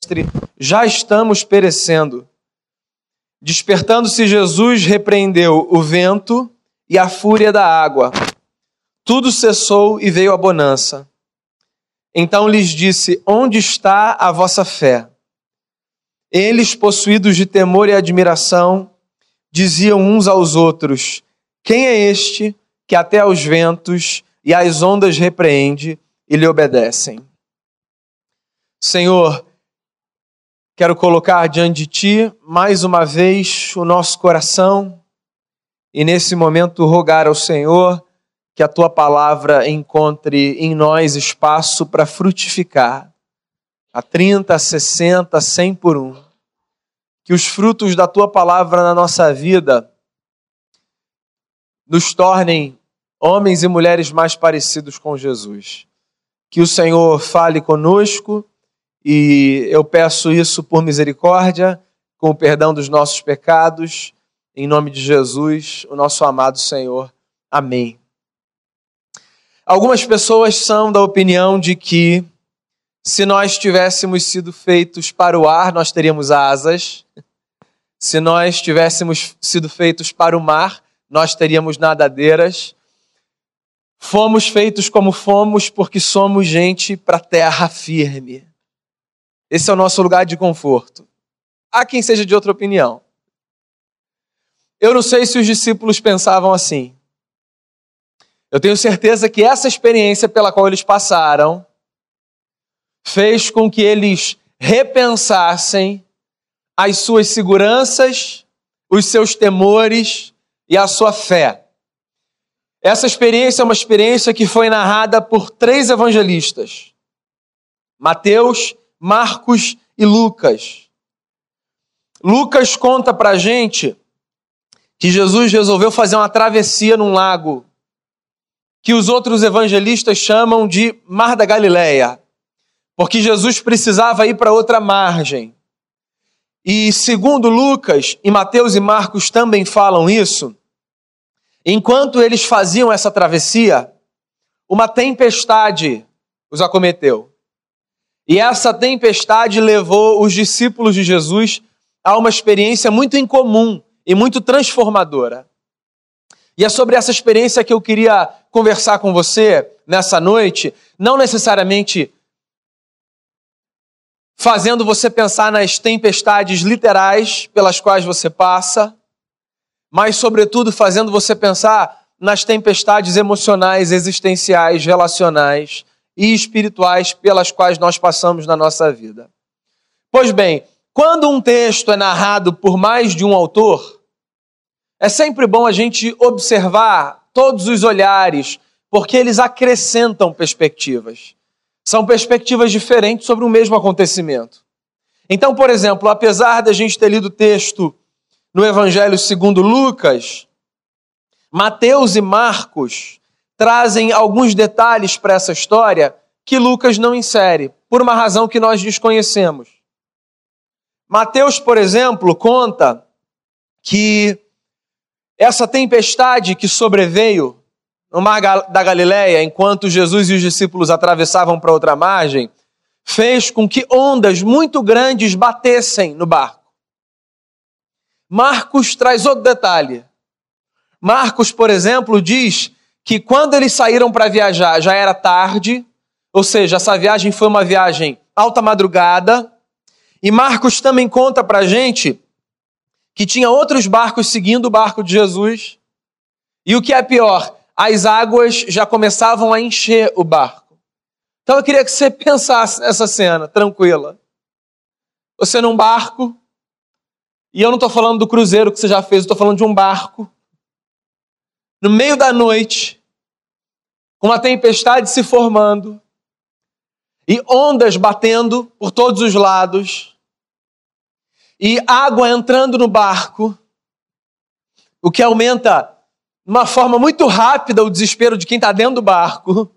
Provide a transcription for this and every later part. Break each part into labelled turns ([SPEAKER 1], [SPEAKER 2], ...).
[SPEAKER 1] Mestre, já estamos perecendo. Despertando-se Jesus, repreendeu o vento e a fúria da água. Tudo cessou e veio a bonança. Então lhes disse: onde está a vossa fé? Eles, possuídos de temor e admiração, diziam uns aos outros: quem é este que até aos ventos e às ondas repreende e lhe obedecem? Senhor, quero colocar diante de Ti mais uma vez o nosso coração e nesse momento rogar ao Senhor que a Tua palavra encontre em nós espaço para frutificar a 30, a 60, a 100 por um. Que os frutos da Tua palavra na nossa vida nos tornem homens e mulheres mais parecidos com Jesus. Que o Senhor fale conosco e eu peço isso por misericórdia, com o perdão dos nossos pecados, em nome de Jesus, o nosso amado Senhor. Amém. Algumas pessoas são da opinião de que se nós tivéssemos sido feitos para o ar, nós teríamos asas. Se nós tivéssemos sido feitos para o mar, nós teríamos nadadeiras. Fomos feitos como fomos porque somos gente para terra firme. Esse é o nosso lugar de conforto. Há quem seja de outra opinião. Eu não sei se os discípulos pensavam assim. Eu tenho certeza que essa experiência pela qual eles passaram fez com que eles repensassem as suas seguranças, os seus temores e a sua fé. Essa experiência é uma experiência que foi narrada por 3 evangelistas: Mateus, Marcos e Lucas. Lucas conta pra gente que Jesus resolveu fazer uma travessia num lago que os outros evangelistas chamam de Mar da Galileia, porque Jesus precisava ir para outra margem. E segundo Lucas, e Mateus e Marcos também falam isso, enquanto eles faziam essa travessia, uma tempestade os acometeu. E essa tempestade levou os discípulos de Jesus a uma experiência muito incomum e muito transformadora. E é sobre essa experiência que eu queria conversar com você nessa noite, não necessariamente fazendo você pensar nas tempestades literais pelas quais você passa, mas, sobretudo, fazendo você pensar nas tempestades emocionais, existenciais, relacionais e espirituais pelas quais nós passamos na nossa vida. Pois bem, quando um texto é narrado por mais de um autor, é sempre bom a gente observar todos os olhares, porque eles acrescentam perspectivas. São perspectivas diferentes sobre o mesmo acontecimento. Então, por exemplo, apesar da gente ter lido o texto no Evangelho segundo Lucas, Mateus e Marcos trazem alguns detalhes para essa história que Lucas não insere, por uma razão que nós desconhecemos. Mateus, por exemplo, conta que essa tempestade que sobreveio no Mar da Galileia, enquanto Jesus e os discípulos atravessavam para outra margem, fez com que ondas muito grandes batessem no barco. Marcos traz outro detalhe. Marcos, por exemplo, diz que quando eles saíram para viajar já era tarde, ou seja, essa viagem foi uma viagem alta madrugada, e Marcos também conta para a gente que tinha outros barcos seguindo o barco de Jesus, e o que é pior, as águas já começavam a encher o barco. Então eu queria que você pensasse nessa cena, tranquila. Você num barco, e eu não estou falando do cruzeiro que você já fez, eu estou falando de um barco, no meio da noite, com uma tempestade se formando, e ondas batendo por todos os lados, e água entrando no barco, o que aumenta de uma forma muito rápida o desespero de quem está dentro do barco,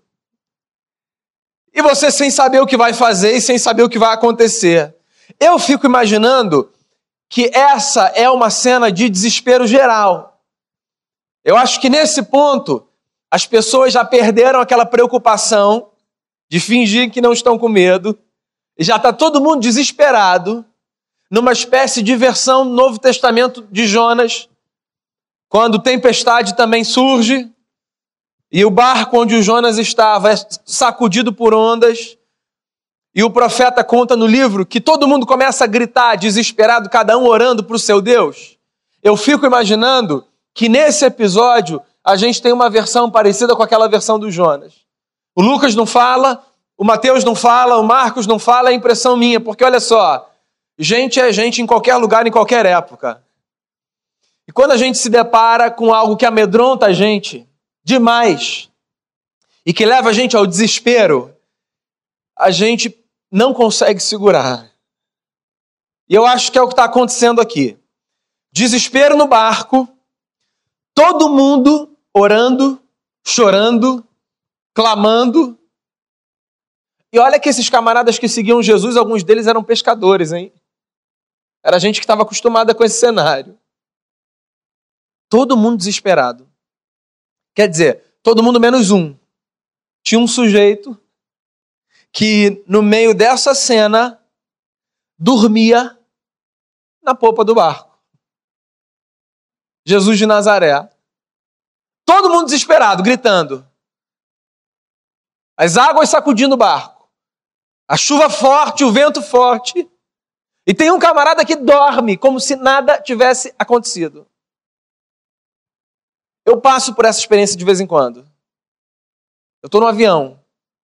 [SPEAKER 1] e você sem saber o que vai fazer e sem saber o que vai acontecer. Eu fico imaginando que essa é uma cena de desespero geral. Eu acho que nesse ponto, as pessoas já perderam aquela preocupação de fingir que não estão com medo E já está todo mundo desesperado, numa espécie de versão do Novo Testamento de Jonas, quando tempestade também surge, e o barco onde o Jonas estava é sacudido por ondas, e o profeta conta no livro que todo mundo começa a gritar, desesperado, cada um orando para o seu Deus. Eu fico imaginando que nesse episódio a gente tem uma versão parecida com aquela versão do Jonas. O Lucas não fala, o Mateus não fala, o Marcos não fala, é impressão minha, porque olha só, gente é gente em qualquer lugar, em qualquer época. E quando a gente se depara com algo que amedronta a gente demais e que leva a gente ao desespero, a gente não consegue segurar. E eu acho que é o que está acontecendo aqui. Desespero no barco, todo mundo orando, chorando, clamando. E olha que esses camaradas que seguiam Jesus, alguns deles eram pescadores, hein? Era gente que estava acostumada com esse cenário. Todo mundo desesperado. Quer dizer, todo mundo menos um. Tinha um sujeito que, no meio dessa cena, dormia na popa do barco. Jesus de Nazaré. Todo mundo desesperado, gritando. As águas sacudindo o barco. A chuva forte, o vento forte. E tem um camarada que dorme como se nada tivesse acontecido. Eu passo por essa experiência de vez em quando. Eu estou no avião.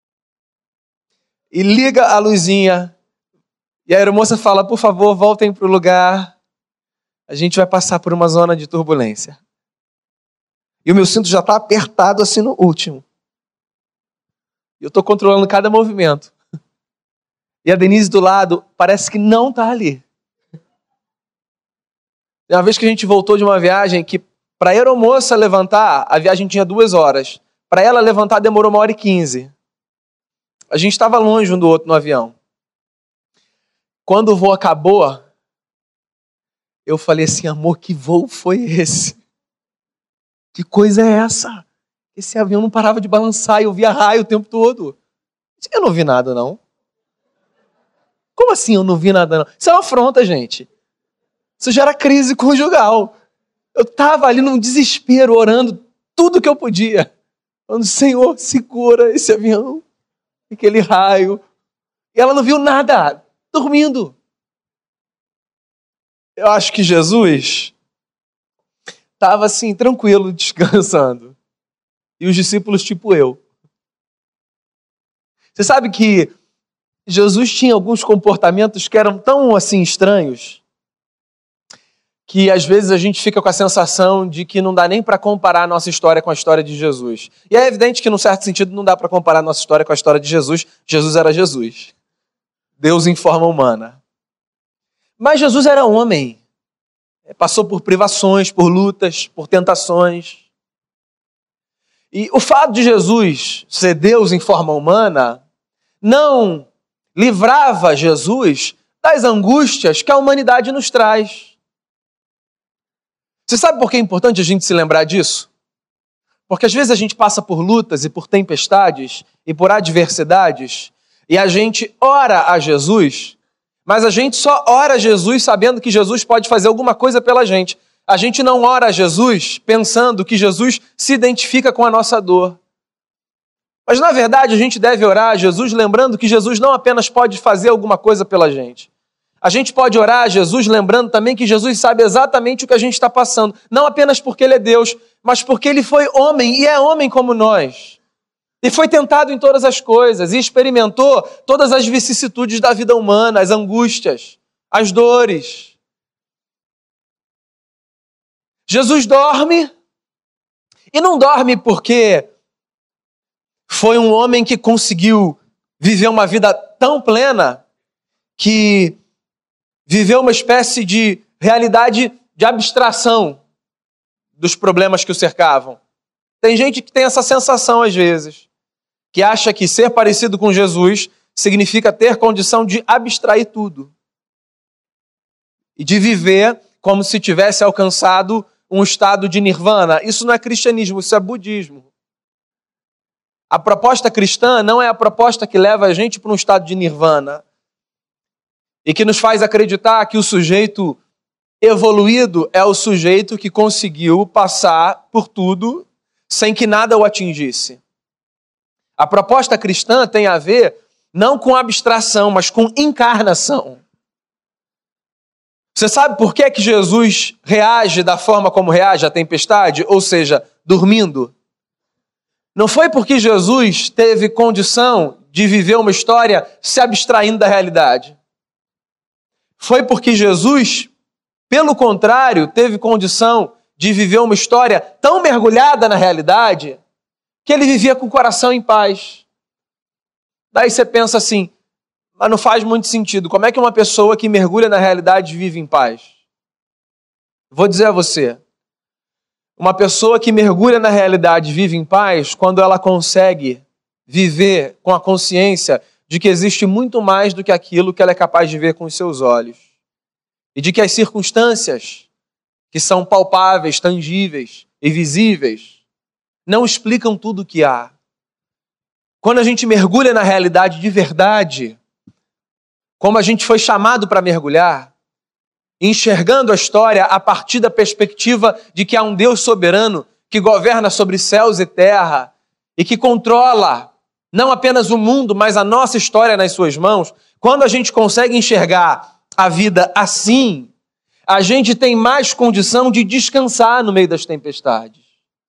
[SPEAKER 1] E liga a luzinha. E a aeromoça fala, por favor, voltem para o lugar. A gente vai passar por uma zona de turbulência. E o meu cinto já está apertado assim no último. E eu estou controlando cada movimento. E a Denise do lado parece que não está ali. Uma vez que a gente voltou de uma viagem que para a aeromoça levantar, a viagem tinha 2 horas. Para ela levantar demorou 1h15. A gente estava longe um do outro no avião. Quando o voo acabou, eu falei assim, amor, que voo foi esse? Que coisa é essa? Esse avião não parava de balançar e eu via raio o tempo todo. Eu não vi nada, não. Como assim eu não vi nada, não? Isso é uma afronta, gente. Isso gera crise conjugal. Eu estava ali num desespero, orando tudo que eu podia. Falando, Senhor, segura esse avião, aquele raio. E ela não viu nada, dormindo. Eu acho que Jesus estava assim, tranquilo, descansando. E os discípulos tipo eu. Você sabe que Jesus tinha alguns comportamentos que eram tão assim estranhos que às vezes a gente fica com a sensação de que não dá nem para comparar a nossa história com a história de Jesus. E é evidente que, num certo sentido, não dá para comparar a nossa história com a história de Jesus. Jesus era Jesus. Deus em forma humana. Mas Jesus era homem. Passou por privações, por lutas, por tentações. E o fato de Jesus ser Deus em forma humana não livrava Jesus das angústias que a humanidade nos traz. Você sabe por que é importante a gente se lembrar disso? Porque às vezes a gente passa por lutas e por tempestades e por adversidades e a gente ora a Jesus, mas a gente só ora a Jesus sabendo que Jesus pode fazer alguma coisa pela gente. A gente não ora a Jesus pensando que Jesus se identifica com a nossa dor. Mas na verdade a gente deve orar a Jesus lembrando que Jesus não apenas pode fazer alguma coisa pela gente. A gente pode orar a Jesus lembrando também que Jesus sabe exatamente o que a gente está passando. Não apenas porque Ele é Deus, mas porque Ele foi homem e é homem como nós. E foi tentado em todas as coisas e experimentou todas as vicissitudes da vida humana, as angústias, as dores. Jesus dorme e não dorme porque foi um homem que conseguiu viver uma vida tão plena que viveu uma espécie de realidade de abstração dos problemas que o cercavam. Tem gente que tem essa sensação às vezes, que acha que ser parecido com Jesus significa ter condição de abstrair tudo e de viver como se tivesse alcançado um estado de nirvana. Isso não é cristianismo, isso é budismo. A proposta cristã não é a proposta que leva a gente para um estado de nirvana. e que nos faz acreditar que o sujeito evoluído é o sujeito que conseguiu passar por tudo sem que nada o atingisse. A proposta cristã tem a ver não com abstração, mas com encarnação. Você sabe por que Jesus reage da forma como reage à tempestade? Ou seja, dormindo. Não foi porque Jesus teve condição de viver uma história se abstraindo da realidade. Foi porque Jesus, pelo contrário, teve condição de viver uma história tão mergulhada na realidade que ele vivia com o coração em paz. Daí você pensa assim, mas não faz muito sentido. Como é que uma pessoa que mergulha na realidade vive em paz? Vou dizer a você. Uma pessoa que mergulha na realidade vive em paz quando ela consegue viver com a consciência de que existe muito mais do que aquilo que ela é capaz de ver com os seus olhos. E de que as circunstâncias que são palpáveis, tangíveis e visíveis não explicam tudo o que há. Quando a gente mergulha na realidade de verdade, como a gente foi chamado para mergulhar, enxergando a história a partir da perspectiva de que há um Deus soberano que governa sobre céus e terra e que controla não apenas o mundo, mas a nossa história nas suas mãos, quando a gente consegue enxergar a vida assim, a gente tem mais condição de descansar no meio das tempestades.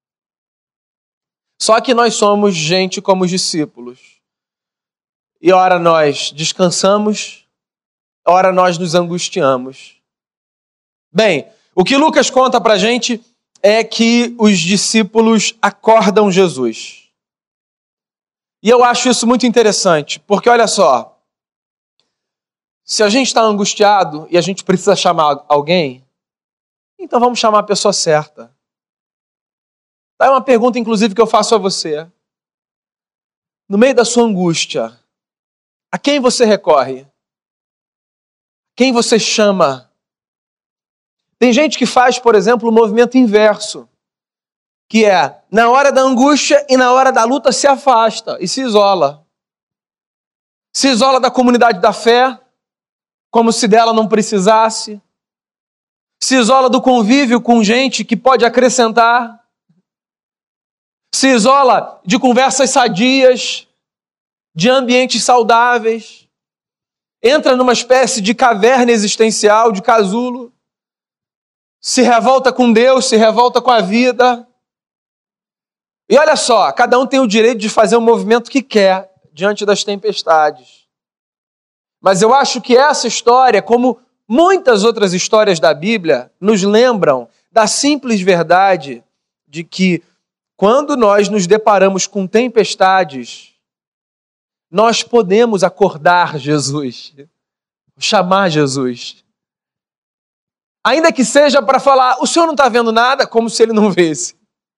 [SPEAKER 1] Só que nós somos gente como os discípulos. E ora nós descansamos, ora nós nos angustiamos. Bem, o que Lucas conta pra gente é que os discípulos acordam Jesus. E eu acho isso muito interessante, porque olha só, se a gente está angustiado e a gente precisa chamar alguém, então vamos chamar a pessoa certa. É uma pergunta, inclusive, que eu faço a você. No meio da sua angústia, a quem você recorre? Quem você chama? Tem gente que faz, por exemplo, o movimento inverso, que é, na hora da angústia e na hora da luta, se afasta e se isola. Se isola da comunidade da fé, como se dela não precisasse. Se isola do convívio com gente que pode acrescentar. Se isola de conversas sadias, de ambientes saudáveis. Entra numa espécie de caverna existencial, de casulo. Se revolta com Deus, se revolta com a vida. E olha só, cada um tem o direito de fazer o movimento que quer diante das tempestades. Mas eu acho que essa história, como muitas outras histórias da Bíblia, nos lembram da simples verdade de que quando nós nos deparamos com tempestades, nós podemos acordar Jesus, chamar Jesus. Ainda que seja para falar, o senhor não está vendo nada, como se ele não visse.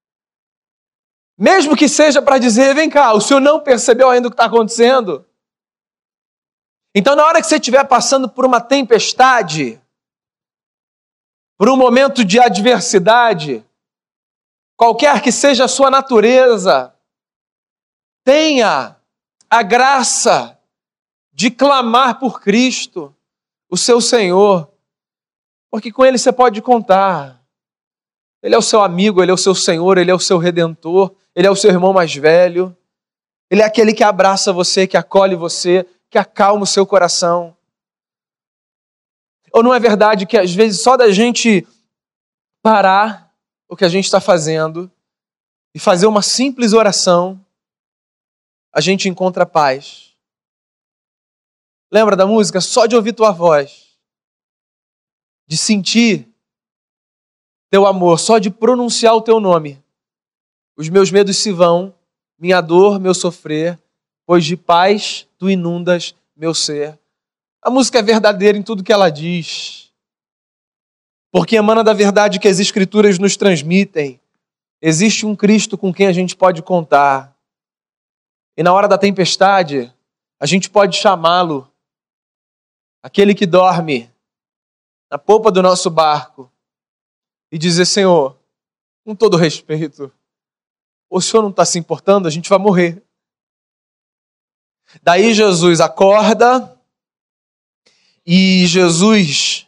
[SPEAKER 1] Mesmo que seja para dizer, vem cá, o senhor não percebeu ainda o que está acontecendo? Então, na hora que você estiver passando por uma tempestade, por um momento de adversidade, qualquer que seja a sua natureza, tenha a graça de clamar por Cristo, o seu Senhor, porque com Ele você pode contar. Ele é o seu amigo, Ele é o seu Senhor, Ele é o seu Redentor, Ele é o seu irmão mais velho, Ele é aquele que abraça você, que acolhe você, que acalma o seu coração. Ou não é verdade que às vezes só da gente parar o que a gente está fazendo e fazer uma simples oração, a gente encontra paz. Lembra da música? Só de ouvir tua voz, de sentir teu amor, só de pronunciar o teu nome, os meus medos se vão, minha dor, meu sofrer, pois de paz tu inundas meu ser. A música é verdadeira em tudo que ela diz, porque emana da verdade que as Escrituras nos transmitem. Existe um Cristo com quem a gente pode contar. E na hora da tempestade, a gente pode chamá-lo, aquele que dorme na polpa do nosso barco, e dizer, Senhor, com todo respeito, o Senhor não está se importando, a gente vai morrer. Daí Jesus acorda E Jesus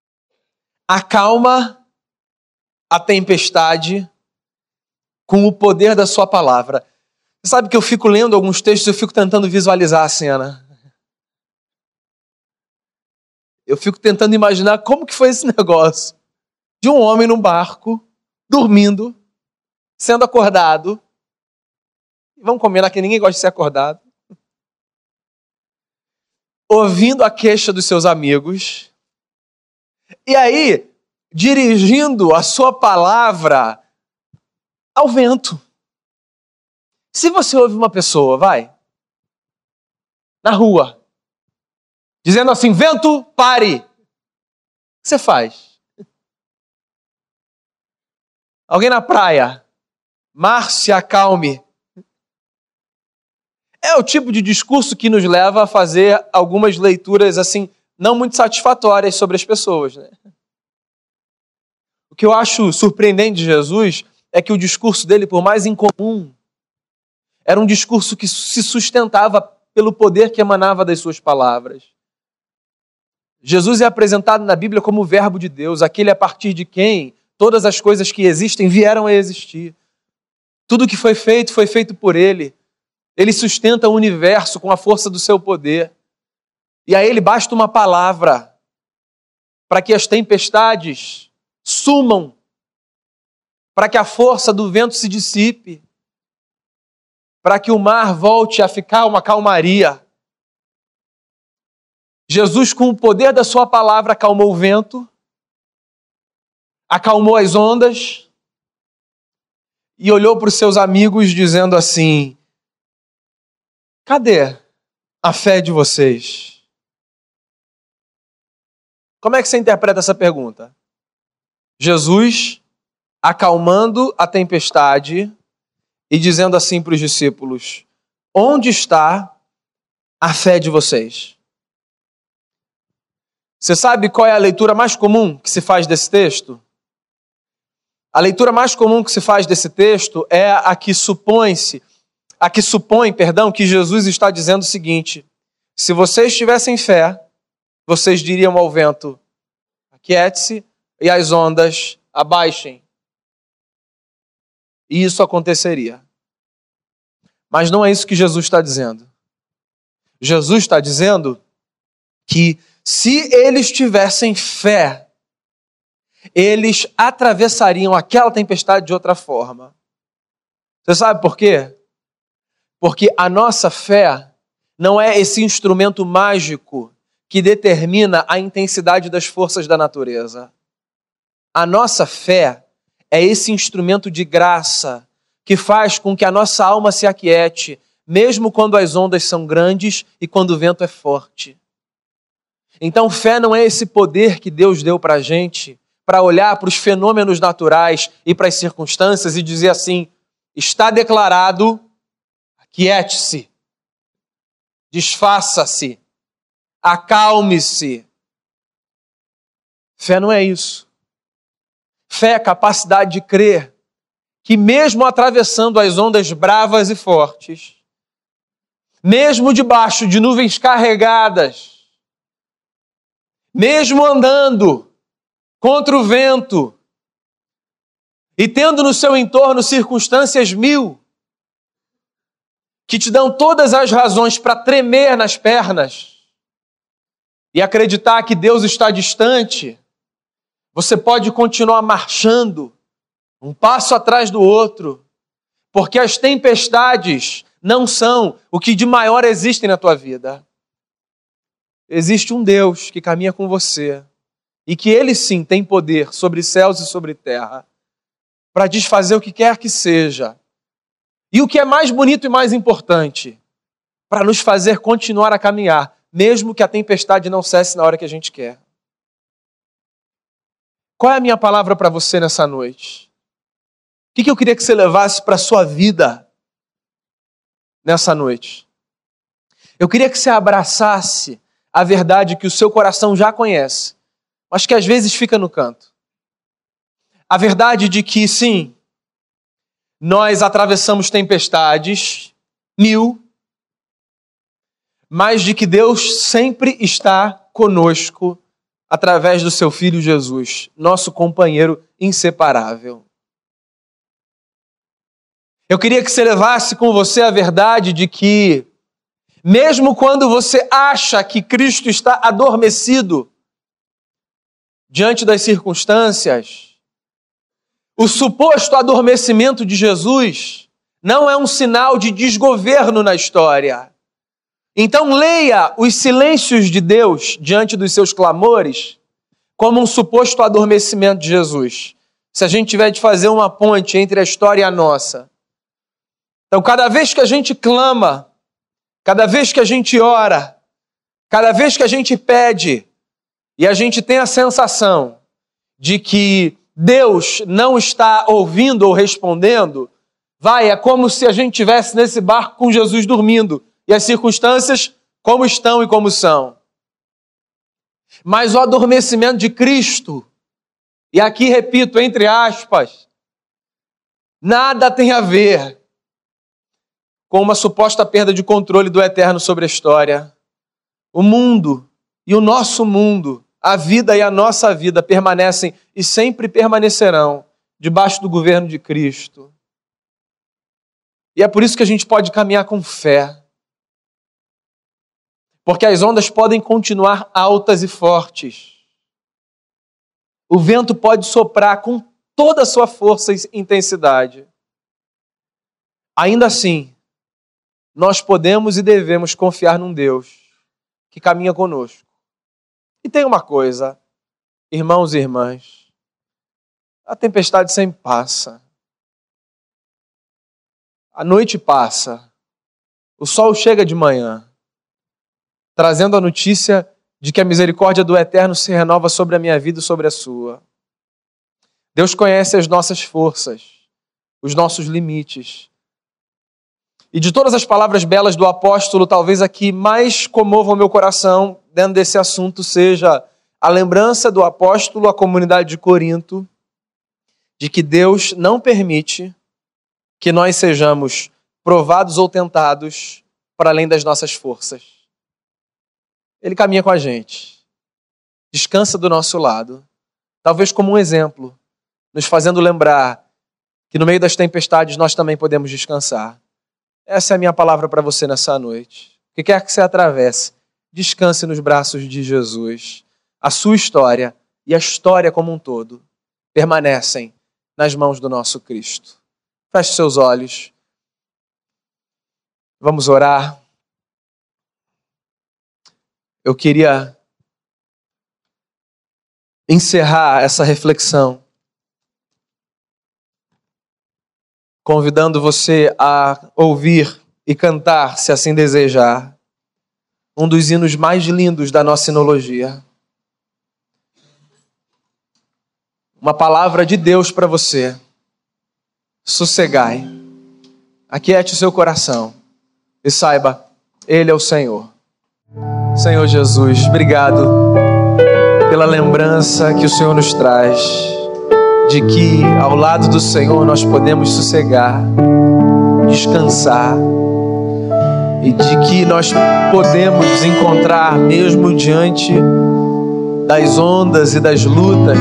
[SPEAKER 1] acalma a tempestade com o poder da sua palavra. Você sabe que eu fico lendo alguns textos, eu fico tentando visualizar a cena. Eu fico tentando imaginar como que foi esse negócio de um homem num barco, dormindo, sendo acordado. Vamos combinar que ninguém gosta de ser acordado. Ouvindo a queixa dos seus amigos. E aí, dirigindo a sua palavra ao vento. Se você ouve uma pessoa, na rua, dizendo assim, vento, pare. O que você faz? Alguém na praia, mar, se acalme. É o tipo de discurso que nos leva a fazer algumas leituras assim, não muito satisfatórias sobre as pessoas, né? O que eu acho surpreendente de Jesus é que o discurso dele, por mais incomum, era um discurso que se sustentava pelo poder que emanava das suas palavras. Jesus é apresentado na Bíblia como o Verbo de Deus, aquele a partir de quem todas as coisas que existem vieram a existir. Tudo que foi feito por ele. Ele sustenta o universo com a força do seu poder. E a ele basta uma palavra para que as tempestades sumam, para que a força do vento se dissipe, para que o mar volte a ficar uma calmaria. Jesus, com o poder da sua palavra, acalmou o vento, acalmou as ondas e olhou para os seus amigos dizendo assim, cadê a fé de vocês? Como é que você interpreta essa pergunta? Jesus acalmando a tempestade e dizendo assim para os discípulos, onde está a fé de vocês? Você sabe qual é a leitura mais comum que se faz desse texto? A leitura mais comum que se faz desse texto é a que supõe, que Jesus está dizendo o seguinte, se vocês tivessem fé, vocês diriam ao vento, aquiete-se, e às ondas, abaixem. E isso aconteceria. Mas não é isso que Jesus está dizendo. Jesus está dizendo que se eles tivessem fé, eles atravessariam aquela tempestade de outra forma. Você sabe por quê? Porque a nossa fé não é esse instrumento mágico que determina a intensidade das forças da natureza. A nossa fé é esse instrumento de graça que faz com que a nossa alma se aquiete, mesmo quando as ondas são grandes e quando o vento é forte. Então, fé não é esse poder que Deus deu para a gente para olhar para os fenômenos naturais e para as circunstâncias e dizer assim, está declarado, aquiete-se, desfaça-se, acalme-se. Fé não é isso. Fé é a capacidade de crer que mesmo atravessando as ondas bravas e fortes, mesmo debaixo de nuvens carregadas, mesmo andando contra o vento e tendo no seu entorno circunstâncias mil que te dão todas as razões para tremer nas pernas e acreditar que Deus está distante, você pode continuar marchando, um passo atrás do outro, porque as tempestades não são o que de maior existe na tua vida. Existe um Deus que caminha com você e que Ele sim tem poder sobre céus e sobre terra para desfazer o que quer que seja. E o que é mais bonito e mais importante, para nos fazer continuar a caminhar, mesmo que a tempestade não cesse na hora que a gente quer. Qual é a minha palavra para você nessa noite? O que eu queria que você levasse para a sua vida nessa noite? Eu queria que você abraçasse a verdade que o seu coração já conhece, mas que às vezes fica no canto. A verdade de que, sim, nós atravessamos tempestades, 1000, mas de que Deus sempre está conosco através do seu Filho Jesus, nosso companheiro inseparável. Eu queria que você levasse com você a verdade de que, mesmo quando você acha que Cristo está adormecido diante das circunstâncias, o suposto adormecimento de Jesus não é um sinal de desgoverno na história. Então leia os silêncios de Deus diante dos seus clamores como um suposto adormecimento de Jesus. Se a gente tiver de fazer uma ponte entre a história e a nossa. Então, cada vez que a gente clama, cada vez que a gente ora, cada vez que a gente pede, e a gente tem a sensação de que Deus não está ouvindo ou respondendo, é como se a gente estivesse nesse barco com Jesus dormindo, e as circunstâncias como estão e como são. Mas o adormecimento de Cristo, e aqui repito, entre aspas, nada tem a ver com uma suposta perda de controle do eterno sobre a história. O mundo e o nosso mundo, a vida e a nossa vida permanecem e sempre permanecerão debaixo do governo de Cristo. E é por isso que a gente pode caminhar com fé. Porque as ondas podem continuar altas e fortes. O vento pode soprar com toda a sua força e intensidade. Ainda assim, nós podemos e devemos confiar num Deus que caminha conosco. E tem uma coisa, irmãos e irmãs, a tempestade sempre passa. A noite passa. O sol chega de manhã, trazendo a notícia de que a misericórdia do Eterno se renova sobre a minha vida e sobre a sua. Deus conhece as nossas forças, os nossos limites. E de todas as palavras belas do apóstolo, talvez a que mais comova o meu coração dentro desse assunto seja a lembrança do apóstolo à comunidade de Corinto de que Deus não permite que nós sejamos provados ou tentados para além das nossas forças. Ele caminha com a gente, descansa do nosso lado, talvez como um exemplo, nos fazendo lembrar que no meio das tempestades nós também podemos descansar. Essa é a minha palavra para você nessa noite. O que quer que você atravesse, descanse nos braços de Jesus. A sua história e a história como um todo permanecem nas mãos do nosso Cristo. Feche seus olhos. Vamos orar. Eu queria encerrar essa reflexão convidando você a ouvir e cantar, se assim desejar, um dos hinos mais lindos da nossa sinologia. Uma palavra de Deus para você. Sossegai. Aquiete o seu coração e saiba, Ele é o Senhor. Senhor Jesus, obrigado pela lembrança que o Senhor nos traz de que ao lado do Senhor nós podemos sossegar, descansar e de que nós podemos nos encontrar mesmo diante das ondas e das lutas,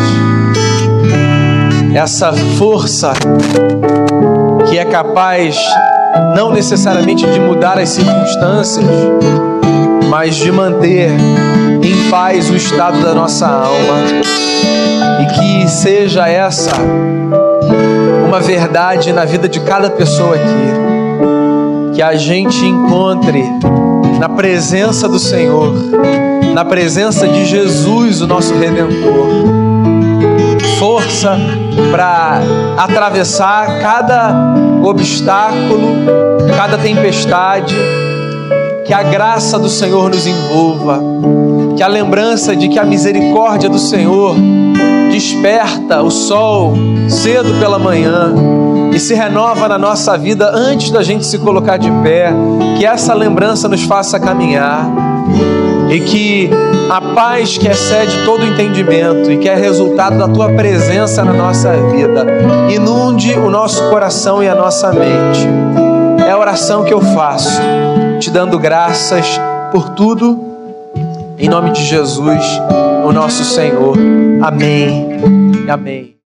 [SPEAKER 1] essa força que é capaz não necessariamente de mudar as circunstâncias, mas de manter em paz o estado da nossa alma. E que seja essa uma verdade na vida de cada pessoa aqui. Que a gente encontre na presença do Senhor, na presença de Jesus, o nosso Redentor, força para atravessar cada obstáculo, cada tempestade. Que a graça do Senhor nos envolva, que a lembrança de que a misericórdia do Senhor desperta o sol cedo pela manhã e se renova na nossa vida antes da gente se colocar de pé, que essa lembrança nos faça caminhar e que a paz que excede todo entendimento e que é resultado da Tua presença na nossa vida inunde o nosso coração e a nossa mente. É a oração que eu faço, te dando graças por tudo Em nome de Jesus, o nosso Senhor. Amém. Amém.